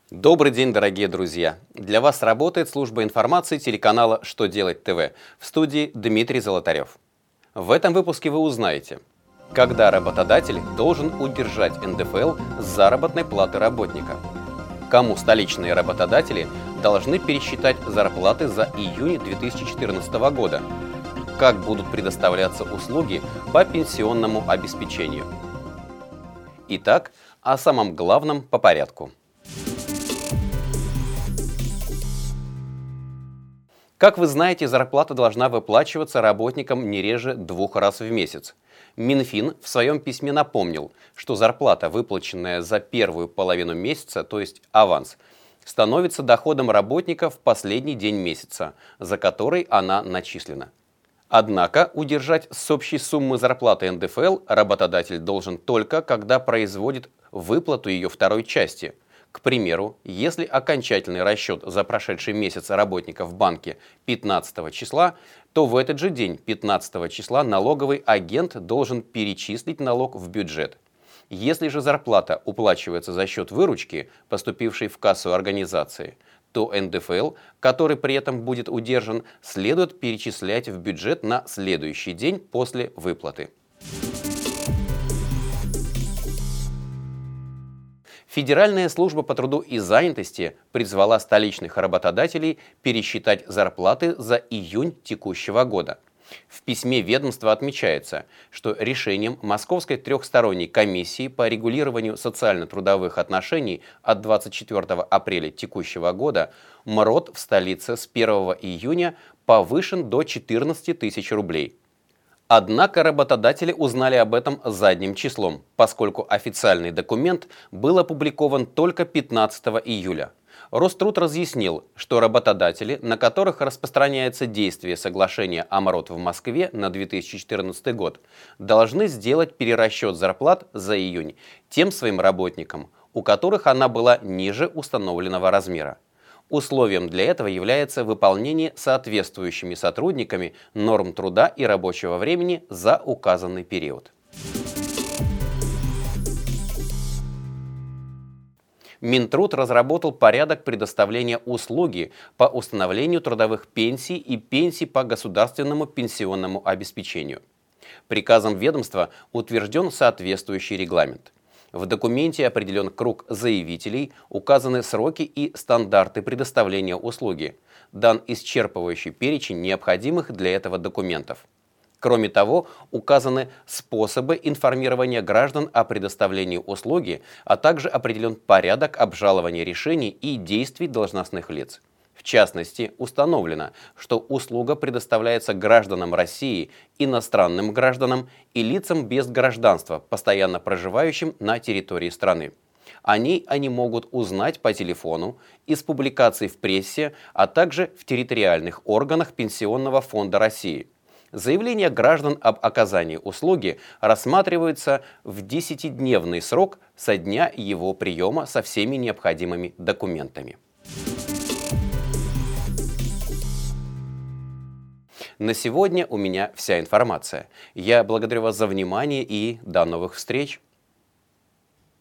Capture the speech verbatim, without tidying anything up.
Добрый день, дорогие друзья! Для вас работает служба информации телеканала «Что делать ТВ», в студии Дмитрий Золотарев. В этом выпуске вы узнаете, когда работодатель должен удержать эн дэ эф эл с заработной платы работника, кому столичные работодатели должны пересчитать зарплаты за июнь две тысячи четырнадцатого года, как будут предоставляться услуги по пенсионному обеспечению. Итак, о самом главном по порядку. Как вы знаете, зарплата должна выплачиваться работникам не реже двух раз в месяц. Минфин в своем письме напомнил, что зарплата, выплаченная за первую половину месяца, то есть аванс, становится доходом работника в последний день месяца, за который она начислена. Однако удержать с общей суммы зарплаты эн дэ эф эл работодатель должен только, когда производит выплату ее второй части. К примеру, если окончательный расчет за прошедший месяц работника в банке пятнадцатого числа, то в этот же день, пятнадцатого числа, налоговый агент должен перечислить налог в бюджет. Если же зарплата уплачивается за счет выручки, поступившей в кассу организации, то эн дэ эф эл, который при этом будет удержан, следует перечислять в бюджет на следующий день после выплаты. Федеральная служба по труду и занятости призвала столичных работодателей пересчитать зарплаты за июнь текущего года. В письме ведомства отмечается, что решением Московской трехсторонней комиссии по регулированию социально-трудовых отношений от двадцать четвёртого апреля текущего года эм эр о тэ в столице с первого июня повышен до четырнадцати тысяч рублей. Однако работодатели узнали об этом задним числом, поскольку официальный документ был опубликован только пятнадцатого июля. Роструд разъяснил, что работодатели, на которых распространяется действие соглашения о эм эр о тэ в Москве на две тысячи четырнадцатый год, должны сделать перерасчет зарплат за июнь тем своим работникам, у которых она была ниже установленного размера. Условием для этого является выполнение соответствующими сотрудниками норм труда и рабочего времени за указанный период. Минтруд разработал порядок предоставления услуги по установлению трудовых пенсий и пенсий по государственному пенсионному обеспечению. Приказом ведомства утвержден соответствующий регламент. В документе определен круг заявителей, указаны сроки и стандарты предоставления услуги, дан исчерпывающий перечень необходимых для этого документов. Кроме того, указаны способы информирования граждан о предоставлении услуги, а также определен порядок обжалования решений и действий должностных лиц. В частности, установлено, что услуга предоставляется гражданам России, иностранным гражданам и лицам без гражданства, постоянно проживающим на территории страны. О ней они могут узнать по телефону, из публикаций в прессе, а также в территориальных органах Пенсионного фонда России. Заявления граждан об оказании услуги рассматриваются в десятидневный срок со дня его приема со всеми необходимыми документами. На сегодня у меня вся информация. Я благодарю вас за внимание и до новых встреч!